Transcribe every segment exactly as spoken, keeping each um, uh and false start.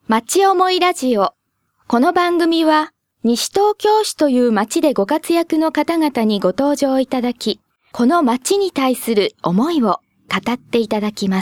町思いラジオ。この番組は西東京市という町でご活躍の方々にご登場いただき、この町に対する思いを語っていただきます。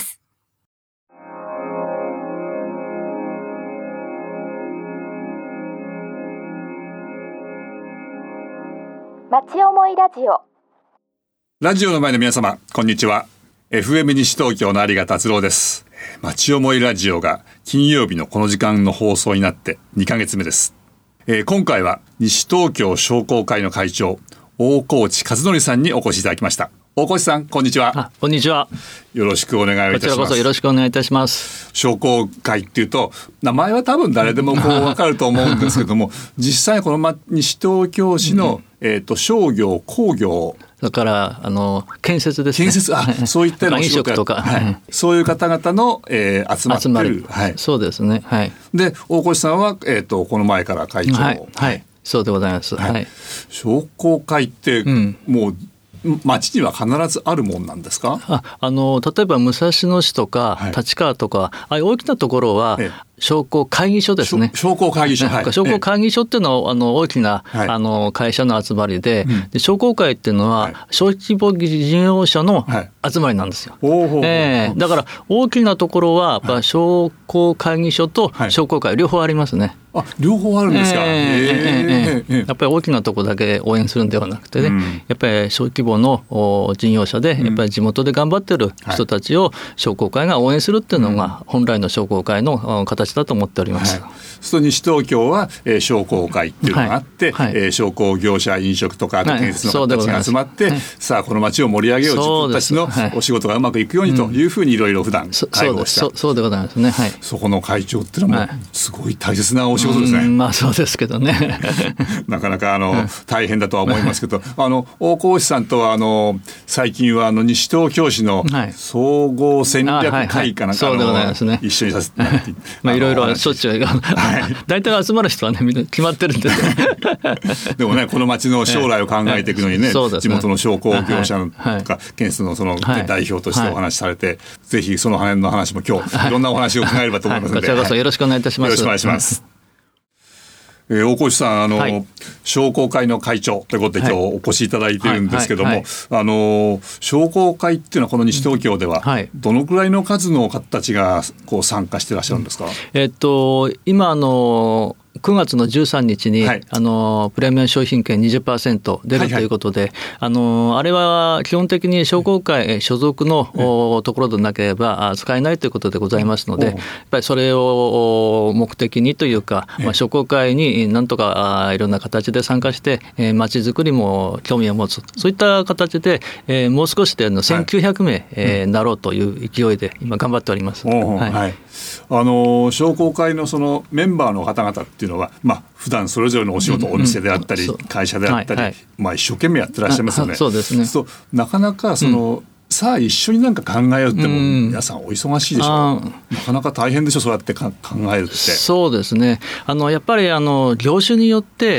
町思いラジオ。 ラジオの前の皆様、こんにちは。エフエム 西東京の有賀達郎です。町思いラジオが金曜日のこの時間の放送になってにかげつめです。えー、今回は西東京商工会の会長大河内和則さんにお越しいただきました。大河内さん、こんにちは。 あ、こんにちは。 よろしくお願いいたします。 こちらこそよろしくお願いいたします。 商工会っていうと名前は多分誰でもこう分かると思うんですけども実際この、ま、西東京市の、うんえー、と商業工業だからあの建設ですね。 建設、あ、そういったの飲食とか、 はい、そういう方々の、えー、集まってる、 集まる、 はい、 そうですね。はい。 で大越さんは、えー、とこの前から会長を、 はいはい、そうでございます。はいはい、 商工会って、うん、もう町には必ずあるもんなんですか？ ああの例えば武蔵野市とか、はい、立川とかああいう大きなところは、ええ商工会議所ですね。 商工会議所、はい、 商工会議所っていうのはあの大きな、はい、あの会社の集まり で,、うん、で商工会っていうのは、はい、小規模事業者の集まりなんですよ。はいえー、だから大きなところはやっぱ商工会議所と商工会両方ありますね。 はい、あ、両方あるんですか？えーえーえー、やっぱり大きなところだけ応援するんではなくてね、うん、やっぱり小規模の事業者でやっぱり地元で頑張ってる人たちを商工会が応援するっていうのが本来の商工会の形だと思っております。 はい、そう西東京は、えー、商工会っていうのがあって、はいはいえー、商工業者飲食とか建設の方たちが集まって、はい、さあこの町を盛り上げよう自分たちのお仕事がうまくいくようにというふうにいろいろ普段会合した、 うん、そ, そうでございますね。はい、 そこの会長っていうのはもうすごい大切なお仕事ですね。はい、 まあそうですけどねなかなかあの大変だとは思いますけどあの大河内さんとはあの最近はあの西東京市の総合戦略会かなんかの一緒にさせてもらってまあいろいろしょっちゅうはい、大体集まる人はねみんな決まってるんですでもねこの町の将来を考えていくのにね、ええね地元の商工業者とか、はい、建設のその、はい、代表としてお話しされて、はい、ぜひその辺の話も今日、はい、いろんなお話を伺えればと思いますので、 はい、こちらこそよろしくお願いいたします。 よろしくお願いします。えー、大河内さんあの、はい、商工会の会長ということで今日お越しいただいているんですけども、はいはいはい、あの商工会っていうのはこの西東京ではどのくらいの数の方たちがこう参加していらっしゃるんですか？うん、 えー、っと今あのくがつのじゅうさんにちに、はい、あのプレミアム商品券 にじゅっパーセント 出るということで、はいはい、あのあれは基本的に商工会所属の、はい、ところでなければ使えないということでございますので、やっぱりそれを目的にというか、まあ、商工会になんとかいろんな形で参加して街づくりも興味を持つ、そういった形で、えー、もう少しでのせんきゅうひゃくめい、はいえー、なろうという勢いで今頑張っております。はいはい、あの商工会のそのメンバーの方々っていうのは、まあ、普段それぞれのお仕事、うんうん、お店であったり会社であったり、はいはいまあ、一生懸命やってらっしゃいますよね。 そうですね。 そうなかなかその、うん、さあ一緒になんか考えようっても皆さんお忙しいでしょう、うん、なかなか大変でしょそうやって考えるって。 そうですね。あのやっぱりあの業種によって、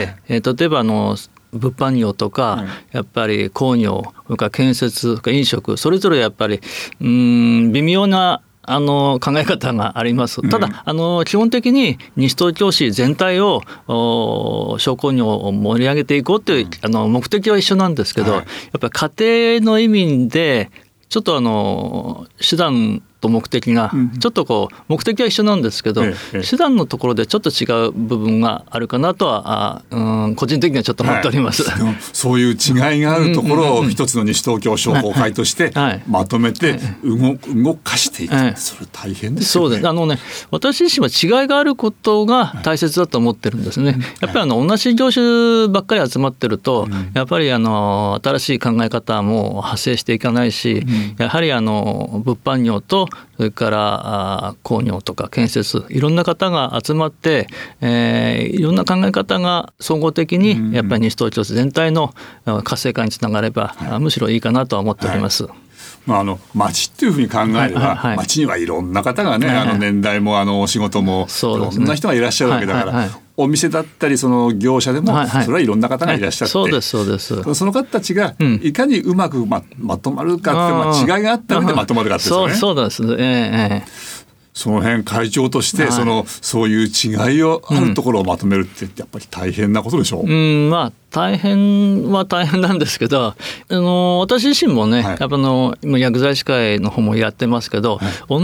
えー、例えばあの物販業とか、うん、やっぱり工業それから建設飲食それぞれやっぱりうーん微妙なあの考え方があります。ただ、うん、あの基本的に西東京市全体を商工業を盛り上げていこうという、うん、あの目的は一緒なんですけど、はい、やっぱり家庭の意味でちょっとあの手段と目的がちょっとこう目的は一緒なんですけど、うん、手段のところでちょっと違う部分があるかなとはあ、うん、個人的にはちょっと思っております、 はい、そういう違いがあるところを一つの西東京商工会としてまとめて動、動かしていく、はい、それ大変ですよね。 そうです。あのね、私自身は違いがあることが大切だと思ってるんですね。やっぱりあの同じ業種ばっかり集まってると、やっぱりあの新しい考え方も派生していかないし、やはりあの物販業とそれから工業とか建設いろんな方が集まって、えー、いろんな考え方が総合的にやっぱり西東京市全体の活性化につながれば、はい、むしろいいかなとは思っております。はい、 まあ、あの町っていうふうに考えれば、はいはいはい、町にはいろんな方がね、はいはい、あの年代もあのお仕事もいろんな人がいらっしゃるわけだから、はいはいはい、お店だったりその業者でもそれはいろんな方がいらっしゃって、はいはい、そうですそうです。その方たちがいかにうまく ま, まとまるかって、まあ、違いがあった上でまとまるかってですよね。 そうそうですね、えーその辺会長として、はい、そのそういう違いをあるところをまとめるってやっぱり大変なことでしょう。 うん、うん、まあ大変は大変なんですけど、あの私自身もね、はい、やっぱあの今薬剤師会の方もやってますけど、はい、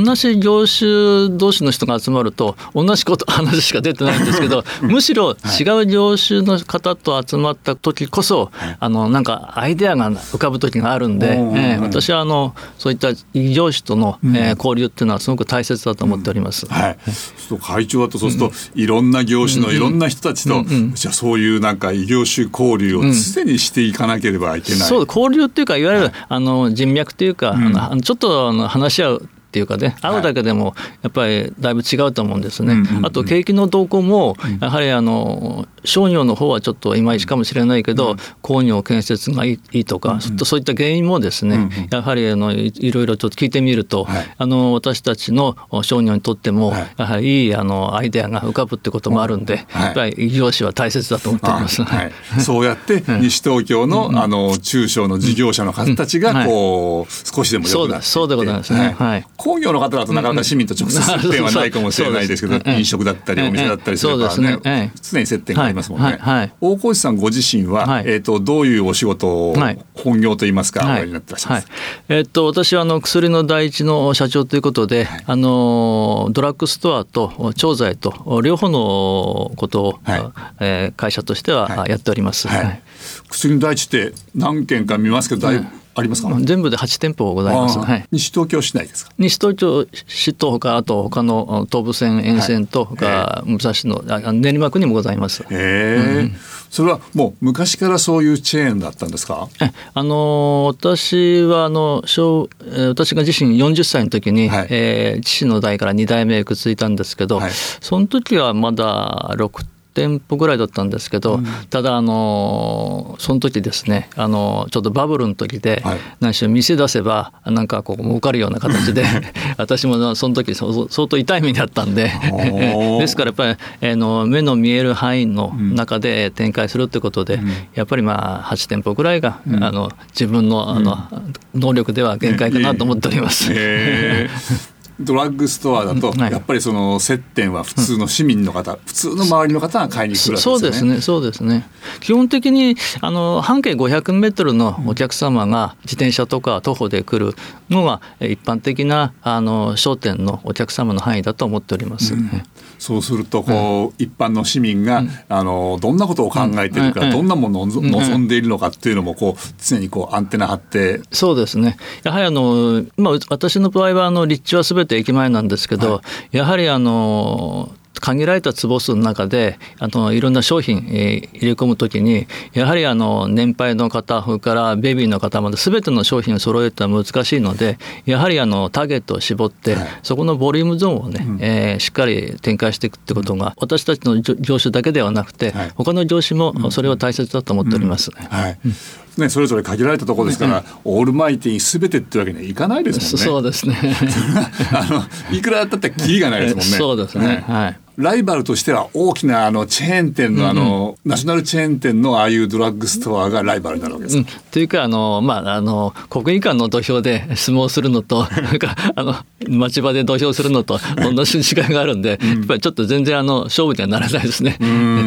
同じ業種同士の人が集まると同じこと話しか出てないんですけどむしろ違う業種の方と集まった時こそ、はい、あのなんかアイデアが浮かぶ時があるんで、えー、私はあのそういった異業種との、うん、えー、交流っていうのはすごく大切だと思っております、 うん、はい、そう会長だとそうすると、うん、いろんな業種のいろんな人たちと、うんうん、じゃあそういうなんか異業種交流を常にしていかなければいけない、うん、 そう交流っていうかいわゆる、はい、あの人脈というか、うん、あのちょっとあの話し合うっていうかね、会うだけでもやっぱりだいぶ違うと思うんですね、はい、あと景気の動向もやはりあの商業の方はちょっといまいちかもしれないけど、うん、工業建設がいいとか、うん、そういった原因もですね、うん、やはりあの い, いろいろちょっと聞いてみると、はい、あの私たちの商業にとっても、はい、やはりいいあのアイデアが浮かぶってこともあるんで、はい、やっぱり異業種は大切だと思っております、 はい、そうやって西東京 の,、うん、あの中小の事業者の方たちがこう、はい、少しでも良くなっていって、 そうでございますね、はいはい、 工業の方だとなかなか市民と直接接点はないかもしれないですけど、飲食だったりお店だったりするからね、ね、常に接点がありますもんね、はいはいはい、大河内さんご自身は、はい、えー、とどういうお仕事を本業といいますか、はい、おやりになってらっしゃいます、 はいはい、えー、と私はあの薬の第一の社長ということで、はい、あのドラッグストアと調剤と両方のことを、はい、えー、会社としてはやっております、はいはい、 薬の第一って何件か見ますけど、だいぶ、はい、ありますか？ 全部ではち店舗ございます、はい、 西東京市内ですか？ 西東京市と他あと他の東武線沿線と他、はい、武蔵野練馬区にもございます。 へー、うん、それはもう昔からそういうチェーンだったんですか？ えあの私はあの小私が自身よんじゅっさいの時に、はい、えー、父の代からに代目くっついたんですけど、はい、その時はまだろく店舗ぐらいだったんですけど、うん、ただあのその時ですね、あのちょっとバブルの時で、はい、何しろ店出せばなんかこう儲かるような形で私もその時相当痛い目にあったんでですからやっぱり、えー、の目の見える範囲の中で展開するってことで、うん、やっぱりまあはち店舗ぐらいが、うん、あの自分の、あの能力では限界かなと思っております、 えードラッグストアだとやっぱりその接点は普通の市民の方、うん、普通の周りの方が買いに来るわけですよね。 そうですね、そうですね。基本的にあの半径ごひゃくメートルのお客様が自転車とか徒歩で来るのが一般的なあの商店のお客様の範囲だと思っております、うん、 そうするとこう、うん、一般の市民が、うん、あのどんなことを考えているか、うん、どんなものを望んでいるのかっていうのもこう常にこうアンテナ張って。 そうですね。やはりあの、まあ、私の場合はあの立地はすべて駅前なんですけど、はい、やはりあの限られた坪数の中であのいろんな商品、えー、入れ込むときにやはりあの年配の方それからベビーの方まで全ての商品を揃えるのは難しいのでやはりあのターゲットを絞って、はい、そこのボリュームゾーンをね、うん、えー、しっかり展開していくってことが、うん、私たちの業種だけではなくて、はい、他の業種もそれは大切だと思っております、うんうん、はいね、それぞれ限られたところですから、うん、オールマイティに全てってわけにはいかないですもんね。 そうですねあのいくらだったってキリがないですもんね。 そうですね、はい、 ライバルとしては大きなあのチェーン店の、あの、うん、ナショナルチェーン店のああいうドラッグストアがライバルになるわけですか？ うん、というかあの、まあ、あの国技館の土俵で相撲するのとなんかあの町場で土俵するのと同じ違いがあるんで、うん、やっぱりちょっと全然あの勝負にはならないですね。うん、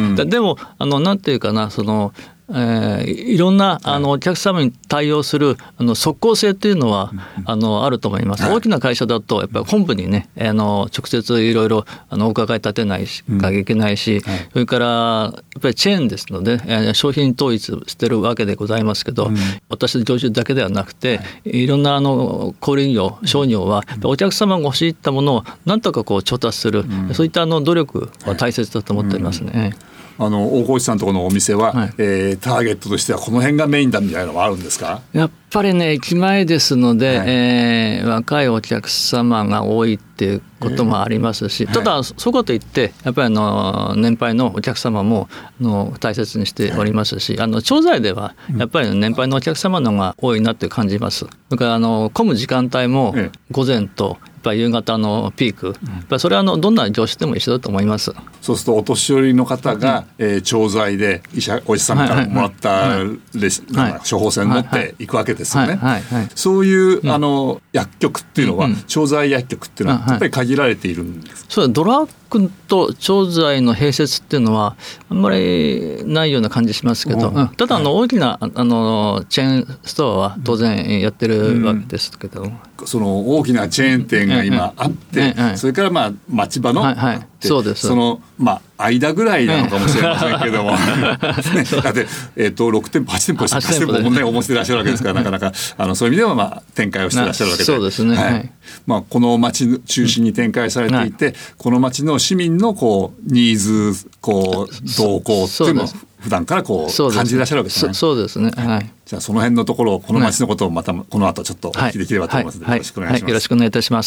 でもあのなんていうかなそのえー、いろんなあのお客様に対応するあの即効性というのは、はい、あのあると思います、はい、大きな会社だとやっぱり本部にねあの直接いろいろあのお伺い立てないしかいけないし、うんはい、それからやっぱりチェーンですので、えー、商品統一してるわけでございますけど、うん、私の業種だけではなくて、はい、いろんなあの小売業商業はお客様が欲しいったものをなんとかこう調達する、うん、そういったあの努力は大切だと思っておりますね、はいうんあの大河内さんのところのお店は、はいえー、ターゲットとしてはこの辺がメインだみたいなのはあるんですか？ やっぱりね駅前ですので、はいえー、若いお客様が多いっていうこともありますし、えー、ただそこといってやっぱりあの年配のお客様もあの大切にしておりますし、はい、あの調剤ではやっぱり年配のお客様の方が多いなって感じます。それからあの混む時間帯も午前とやっぱり夕方のピーク、やっぱりそれはあのどんな業種でも一緒だと思います。 そうするとお年寄りの方が、うん、えー、調剤で医者お医者さんからもらったレシ、はいはい、処方箋を持っていくわけですよね、はいはいはいはい、そういう、うん、あの薬局っていうのは、うん、調剤薬局っていうのはやっぱり限られているんです、 はい、そうドラッグと調剤の併設っていうのはあんまりないような感じしますけど、うん、ただあの大きなあのチェーンストアは当然やってるわけですけど、うんうん、その大きなチェーン店が今あって、うんうん、それからまあ町場の、はいはい、 そうです、 そのまあ間ぐらいなのかもしれませんけども、ね、だって、えー、とろく店舗はち店舗はち店舗もね思ってらっしゃるわけですからなかなかあのそういう意味ではまあ展開をしてらっしゃるわけで、 そうですね、はい、 まあ、この町中心に展開されていて、うん、この町の市民のこうニーズこう動向っていうのを普段からこう感じてらっしゃるわけですね。 そうですね、はい、 じゃあその辺のところこの町のことをまたこの後ちょっとお聞きできればと思いますので、よろしくお願いします。 はい、よろしくお願いいたします。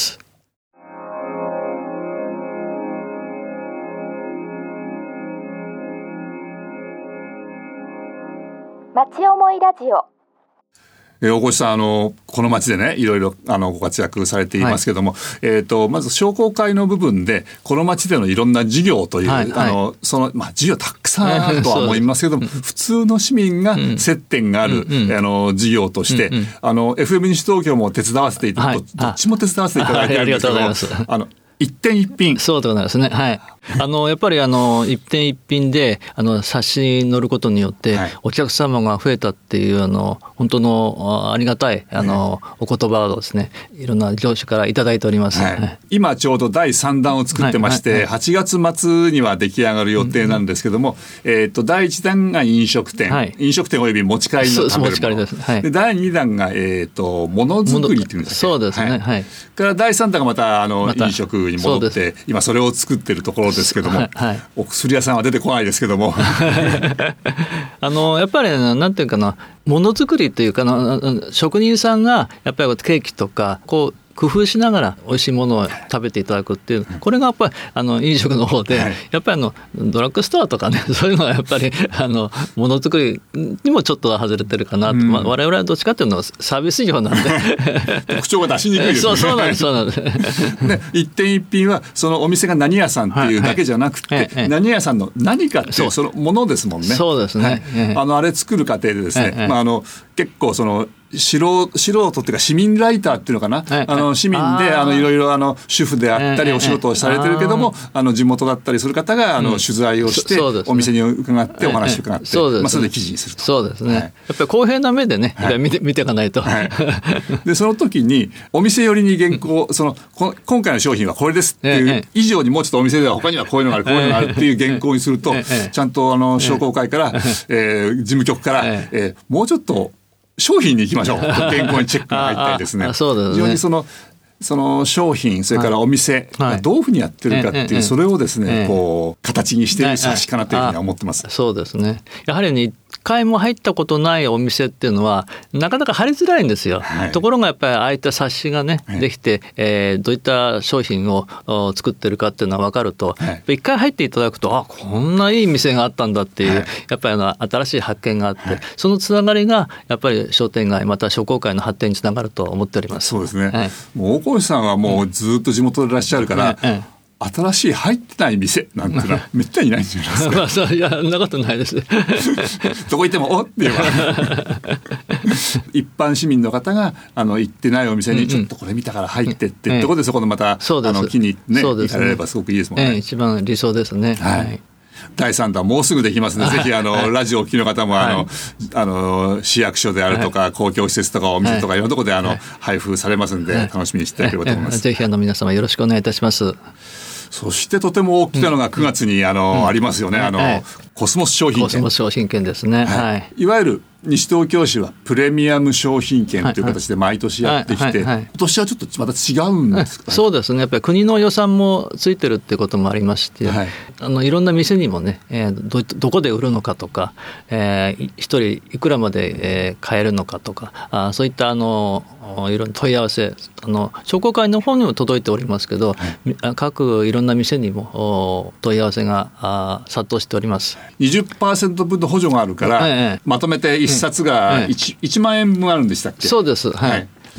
町思いラジオ。 えー、大越さん、あのこの町でねいろいろあのご活躍されていますけども、はい、えー、とまず商工会の部分でこの町でのいろんな事業という、はい、あのその、まあ、事業たくさんあるとは思いますけども普通の市民が接点がある、うん、あの事業として、うんうん、あの エフエム 西東京も手伝わせていただいて、はい、どっちも手伝わせていただいているんですけども、あの一点一品。 そうでございますね。はい。あのやっぱりあの一点一品であの冊子に載ることによって、はい、お客様が増えたっていうあの本当のありがたいあの、はい、お言葉をですねいろんな業種からいただいております。はいはい、 今ちょうどだいさんだんを作ってまして、はいはいはい、はちがつ末には出来上がる予定なんですけども、うんうん、えっ、ー、とだいいちだんが飲食店、はい、飲食店および持ち帰りの食べるもの。持ち帰りです。はい。でだいにだんがえっ、ー、とものづくりっていうんですか。 そうですね。はい。はい、 からだいさんだんがまたあのまた飲食に戻って今それを作ってるところですけども、はいはい、お薬屋さんは出てこないですけどもあのやっぱりなんていうかなものづくりというかな職人さんがやっぱりケーキとかこう工夫しながら美味しいものを食べていただくっていうこれがやっぱりあの飲食の方で、はい、やっぱりあのドラッグストアとかねそういうのはやっぱりあのものづくりにもちょっと外れてるかなと、うんまあ、我々はどっちかっていうのはサービス業なんで特徴が出しにくいですね。 そうそうなんですそうなんですで一点一品はそのお店が何屋さんっていうだけじゃなくて、はいはい、何屋さんの何かっていうそのものですもんね。 そうですね、はい、 あのあれ作る過程でですね、はいまあ、あの結構その素人、素人っていうか市民ライターっていうのかな、はい、あの市民であのいろいろあの主婦であったりお仕事をされてるけども、あの地元だったりする方があの取材をして、うんね、お店に伺ってお話を伺って、そうですね、まあ、それで記事にすると。 そうですね、はい、やっぱり公平な目でね、はい、見て見ていかないと、はい、 でその時にお店寄りに原稿そのこ今回の商品はこれですっていう以上にもうちょっとお店では他にはこういうのがあるこういうのがあるっていう原稿にするとちゃんとあの商工会から、えー、事務局から、えー、もうちょっと商品に行きましょう原稿にチェックが入ったりですね。 そうですね、 非常にそのその商品それからお店がどういうふうにやってるかっていうそれをですねこう形にしている冊子かなというふうに思ってます。 そうですね。やはりね一回も入ったことないお店っていうのはなかなか入りづらいんですよ、はい、ところがやっぱりああいった冊子がね、はい、できて、えー、どういった商品を作ってるかっていうのは分かると、はい、一回入っていただくとあこんないい店があったんだっていう、はい、やっぱりあの新しい発見があって、はい、そのつながりがやっぱり商店街また商工会の発展につながると思っております。 そうですね、 はい、 もう大越さんはもうずっと地元でいらっしゃるから、うんうん新しい入ってない店なんてのはめったにないんじゃないですか。まあそういやそんなことないですどこ行ってもおって言えば一般市民の方があの行ってないお店にちょっとこれ見たから入ってってってことでそこでまた、ええ、あの気にね行かれればすごくいいですもんね、 ええ、一番理想ですね、 はいはいだいさんだんもうすぐできますね。ぜひあのラジオを聴きの方もあの、はい、あの市役所であるとか、はい、公共施設とかお店とかいろんなところであの、はい、配布されますんで、はい、楽しみにしていただければと思います、はい、 ぜひあの皆様よろしくお願いいたします。 そしてとても大きなのがくがつに、うん、あの、うん、ありますよねあの、はい、コスモス商品券。 コスモス商品券ですね、はいはい、 いわゆる西東京市はプレミアム商品券という形で毎年やってきて、今年はちょっとまた違うんですかね。 そうですねやっぱり国の予算もついてるってこともありまして、はい、あのいろんな店にもね、えー、ど, どこで売るのかとか、えー、一人いくらまで、えー、買えるのかとかあそういったあのいろんな問い合わせあの商工会の方にも届いておりますけど、はい、各いろんな店にも問い合わせがあ殺到しております。 にじゅっパーセント 分の補助があるから、ええ、まとめていっさつが 1,、うん、いちまんえん分あるんでしたっけ。 そうです、はいはい、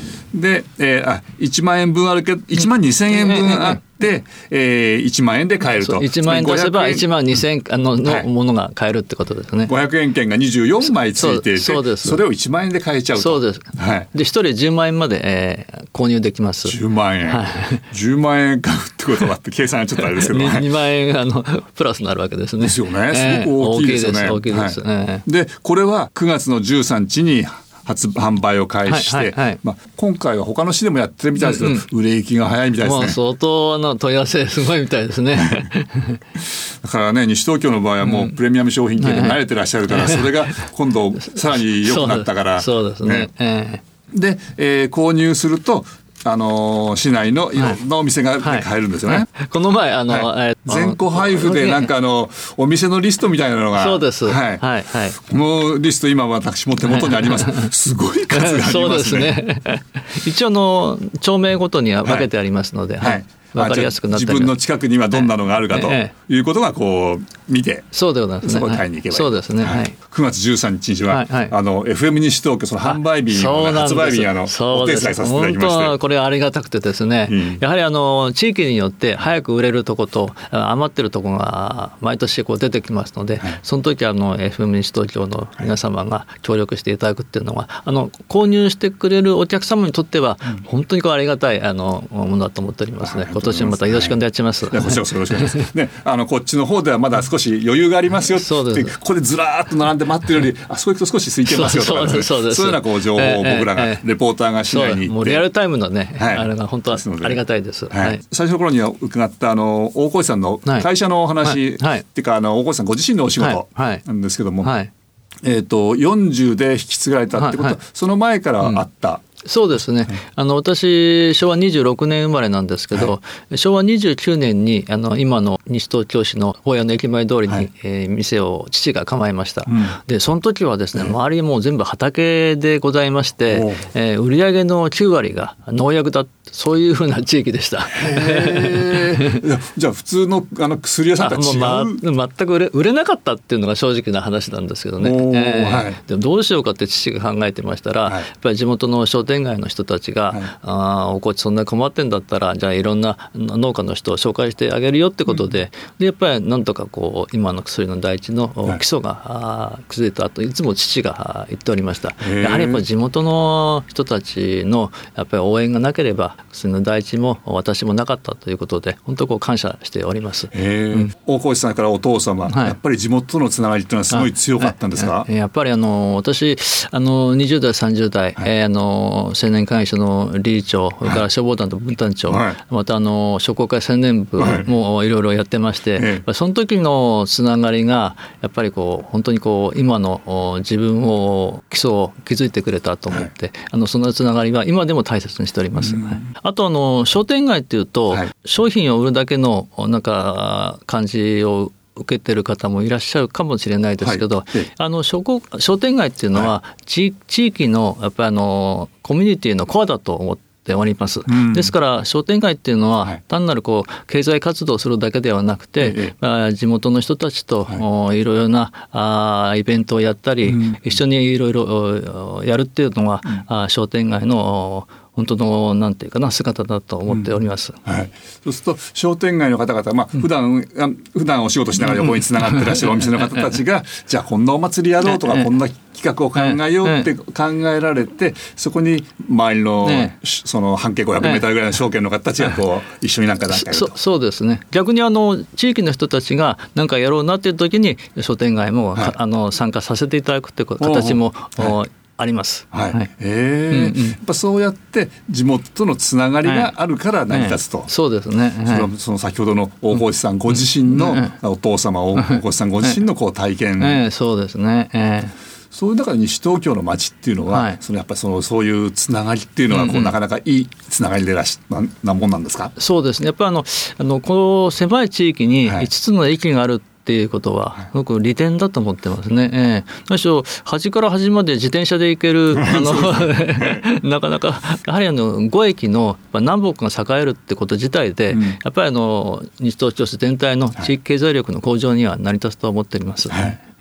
で、えー、あいちまんえんぶんあるけどいちまんにせんえんぶんあって、えー、いちまんえんで買えると。 いちまんえん出せばいちまんにせんえんののものが買えるってことですね。 ごひゃくえん券がにじゅうよんまいついていて、 そ, うそれをいちまんえんで買えちゃうと。 そうです、 はい、 でひとりじゅうまんえんまで、えー、購入できます。 じゅうまんえん、はい、じゅうまんえん買うってことはって計算はちょっとあれですけど、 にまんえんあのプラスになるわけですね。 ですよね。すごく大きいですよね。 大きいです、大きいです、 はい、でこれはくがつのじゅうさんにちに発販売を開始して、はいはいはい、まあ、今回は他の市でもやってるみたいですけど、うんうん、売れ行きが早いみたいですね。 もう相当の問い合わせすごいみたいですねだからね、西東京の場合はもうプレミアム商品券で慣れてらっしゃるから、うん、それが今度さらに良くなったからそうですね、 ね、で、えー、購入するとあのー、市内のいろんなお店が買えるんですよね、はいはい、この前あの、はい、 全戸配布でなんかあのお店のリストみたいなのがそうです、 はいはいはい、このリスト今私も手元にあります、はい、すごい数がありますね。そうですね一応の町名ごとには分けてありますので、はいはい、分かりやすくなって自分の近くにはどんなのがあるかということがこう見て、 そうでございますね、 そこに買いに行けばいい、 そうですね、はい、 くがつじゅうさんにちには、はいはい、あの エフエム 西東京その販売日発売日にあのお手伝いさせていただきまして、 本当はこれありがたくてですね、うん、やはりあの地域によって早く売れるとこと余ってるとこが毎年こう出てきますので、はい、その時あの エフエム 西東京の皆様が協力していただくっていうのは、あの購入してくれるお客様にとっては本当にこうありがたいあのものだと思っておりますね。今年もまたよろしくお願いします。 はい、こちらこそよろしくお願いします、ね、あのこっちの方ではまだ少し余裕がありますよってここでずらーっと並んで待ってるよりあそこ行くと少し空いてますよとか、ね、そういうようなこう情報を僕らが、えー、レポーターが市内に行って、 もうリアルタイムのね、はい、あれが本当はありがたいです、 はいはい、最初の頃に伺ったあの大河内さんの会社のお話、はいはい、っていうかあの大河内さんご自身のお仕事なんですけども、はいはい、えー、とよんじゅうで引き継がれたってことは、はいはい、その前からあった、うん、 そうですね、あの私しょうわにじゅうろくねん生まれなんですけど、はい、しょうわにじゅうきゅうねんにあの今の西東京市の保谷の駅前通りに、はい、えー、店を父が構えました、うん、でその時はですね、周りも全部畑でございまして、えー、売上のきゅうわりが農薬だ、そういうふうな地域でした。 へじゃあ普通の、あの薬屋さんとは違う、 ま、全く売れ、売れなかったっていうのが正直な話なんですけどね、えーはい、でもどうしようかって父が考えてましたら、はい、やっぱり地元の商店街の人たちが、はい、あ大河内そんな困ってんだったらじゃあいろんな農家の人を紹介してあげるよってことで、うん、でやっぱりなんとかこう今の薬の第一の基礎が、はい、崩れたといつも父が言っておりました。やはりやっぱり地元の人たちのやっぱり応援がなければ薬の第一も私もなかったということで本当こう感謝しております。 うん、大河内さんからお父様、はい、やっぱり地元とのつながりっていうのはすごい強かったんですか？ やっぱりあの私あのにじゅうだいさんじゅうだい、はい、えー、あの青年会議所の理事長、それから消防団と分団長、はい、またあの商工会青年部もいろいろやってまして、はい、その時のつながりがやっぱりこう本当にこう今の自分を基礎を築いてくれたと思って、はい、あのそのつながりは今でも大切にしております。はい、あとあの商店街っていうと、はい、商品を売るだけのなんか感じを受けてる方もいらっしゃるかもしれないですけど、はい、あの 商, 商店街っていうのは、はい、地, 地域のやっぱりあのコミュニティのコアだと思っております。うん、ですから商店街っていうのは、はい、単なるこう経済活動をするだけではなくて、ええ、まあ、地元の人たちと、はい、いろいろなあイベントをやったり、うん、一緒にいろいろやるっていうのが、うん、あ商店街の本当のなんていうかな姿だと思っております。うん、はい、 そうすると商店街の方々、まあ、普段、うん、普段お仕事しながら横につながってらっしゃるお店の方たちが、うん、じゃあこんなお祭りやろうとか、こんな企画を考えようって考えられて、そこに周りの、ね、その半径ごひゃくメートルぐらいの商圏の方たちがこう一緒になんかなんかやると。そ, そうですね。逆にあの地域の人たちがなんかやろうなっていう時に商店街も、はい、あの参加させていただくっていう形も、はい、あります。 はいはい、えーうんうん、やっぱそうやって地元とのつながりがあるから成り立つと、はい、 そうですね、はい、 その、その先ほどの大河内さんご自身の、うん、お父様大河内さんご自身のこう体験、 はいえー、そうですね、えー、 そういう中で西東京の街っていうのは、はい、そのやっぱりそのそういうつながりっていうのはこう、うんうん、なかなかいいつながりでらし な, なもんなんですか？そうですね、 やっぱり あの, あのこの狭い地域にいつつの駅があるっていうことはすごく利点だと思ってますね。ええ、むしろ端から端まで自転車で行けるあのなかなかやはりあのご駅の南北が栄えるってこと自体で、うん、やっぱりあの西東京市全体の地域経済力の向上には成り立つと思っております。はい、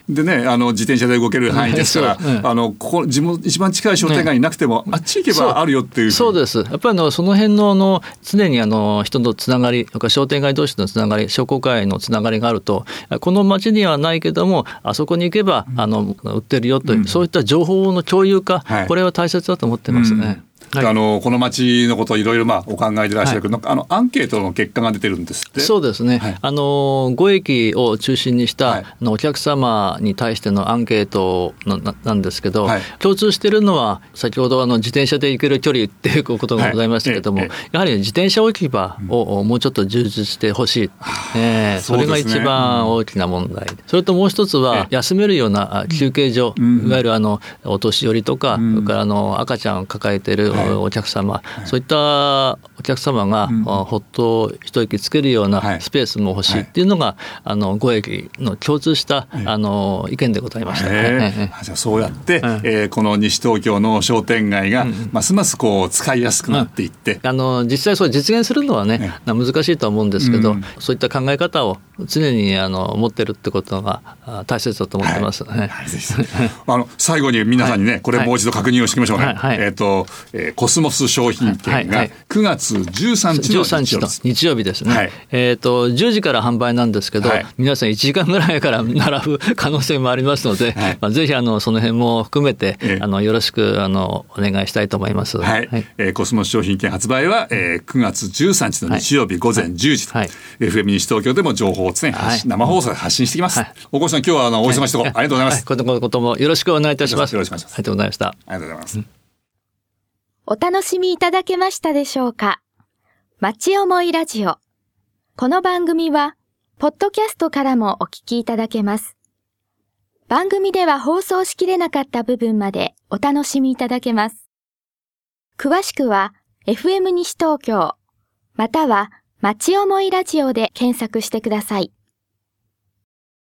でね、あの自転車で動ける範囲ですから、うん、あのここ地元一番近い商店街になくても、ね、あっち行けばあるよっていう。 そうです。やっぱりあのその辺のあの常にあの人のつながり、商店街同士のつながり、商工会のつながりがあると、この町にはないけどもあそこに行けばあの売ってるよという、うん、そういった情報の共有化、はい、これは大切だと思ってますね。うんはい、 あのこの町のことをいろいろまあお考えでいらっしゃるけど、はい、あのアンケートの結果が出てるんですって。 そうですね、はい、あのご駅を中心にした、はい、あのお客様に対してのアンケートの な, なんですけど、はい、共通しているのは先ほどあの自転車で行ける距離っていうことがございましたけども、はい、やはり自転車置き場をもうちょっと充実してほしい、うんえー、それが一番大きな問題、うん、それともう一つは休めるような休憩所、うん、いわゆるあのお年寄りとか、うん、それからあの赤ちゃんを抱えているお客様、はい、そういったお客様が、うん、ほっと一息つけるようなスペースも欲しいっていうのが、はい、あのご駅の共通した、はい、あの意見でございました、 えー、じゃあそうやって、はいえー、この西東京の商店街が、うん、ますますこう使いやすくなっていって、 うん、あの実際それ実現するのはね、ね難しいとは思うんですけど、うん、そういった考え方を常にあの持ってるってことが大切だと思ってます、はいはい、 あの最後に皆さんにね、はい、これもう一度確認をしておきましょうね、はいはいえーとえー、コスモス商品券がくがつじゅうさんにちの日曜日です。 日曜日ですね、はいえー、とじゅうじから販売なんですけど、はい、皆さんいちじかんぐらいから並ぶ可能性もありますので、はいまあ、ぜひあのその辺も含めて、えー、あのよろしくあのお願いしたいと思います、 はいはいえー、コスモス商品券発売は、えー、くがつじゅうさんにちの日曜日午前じゅうじ、はいはい、エフエム 西東京でも情報を常に、はい、生放送で発信していきます、はい、大越さん今日はあのお忙しいところ、はい、ありがとうございます、 はい、このこともよろしくお願いいたします。 よろしくお願いします。 ありがとうございました。ありがとうございます、うんお楽しみいただけましたでしょうか。町思いラジオ。この番組は、ポッドキャストからもお聞きいただけます。番組では放送しきれなかった部分までお楽しみいただけます。詳しくは、エフエム 西東京、または、町思いラジオで検索してください。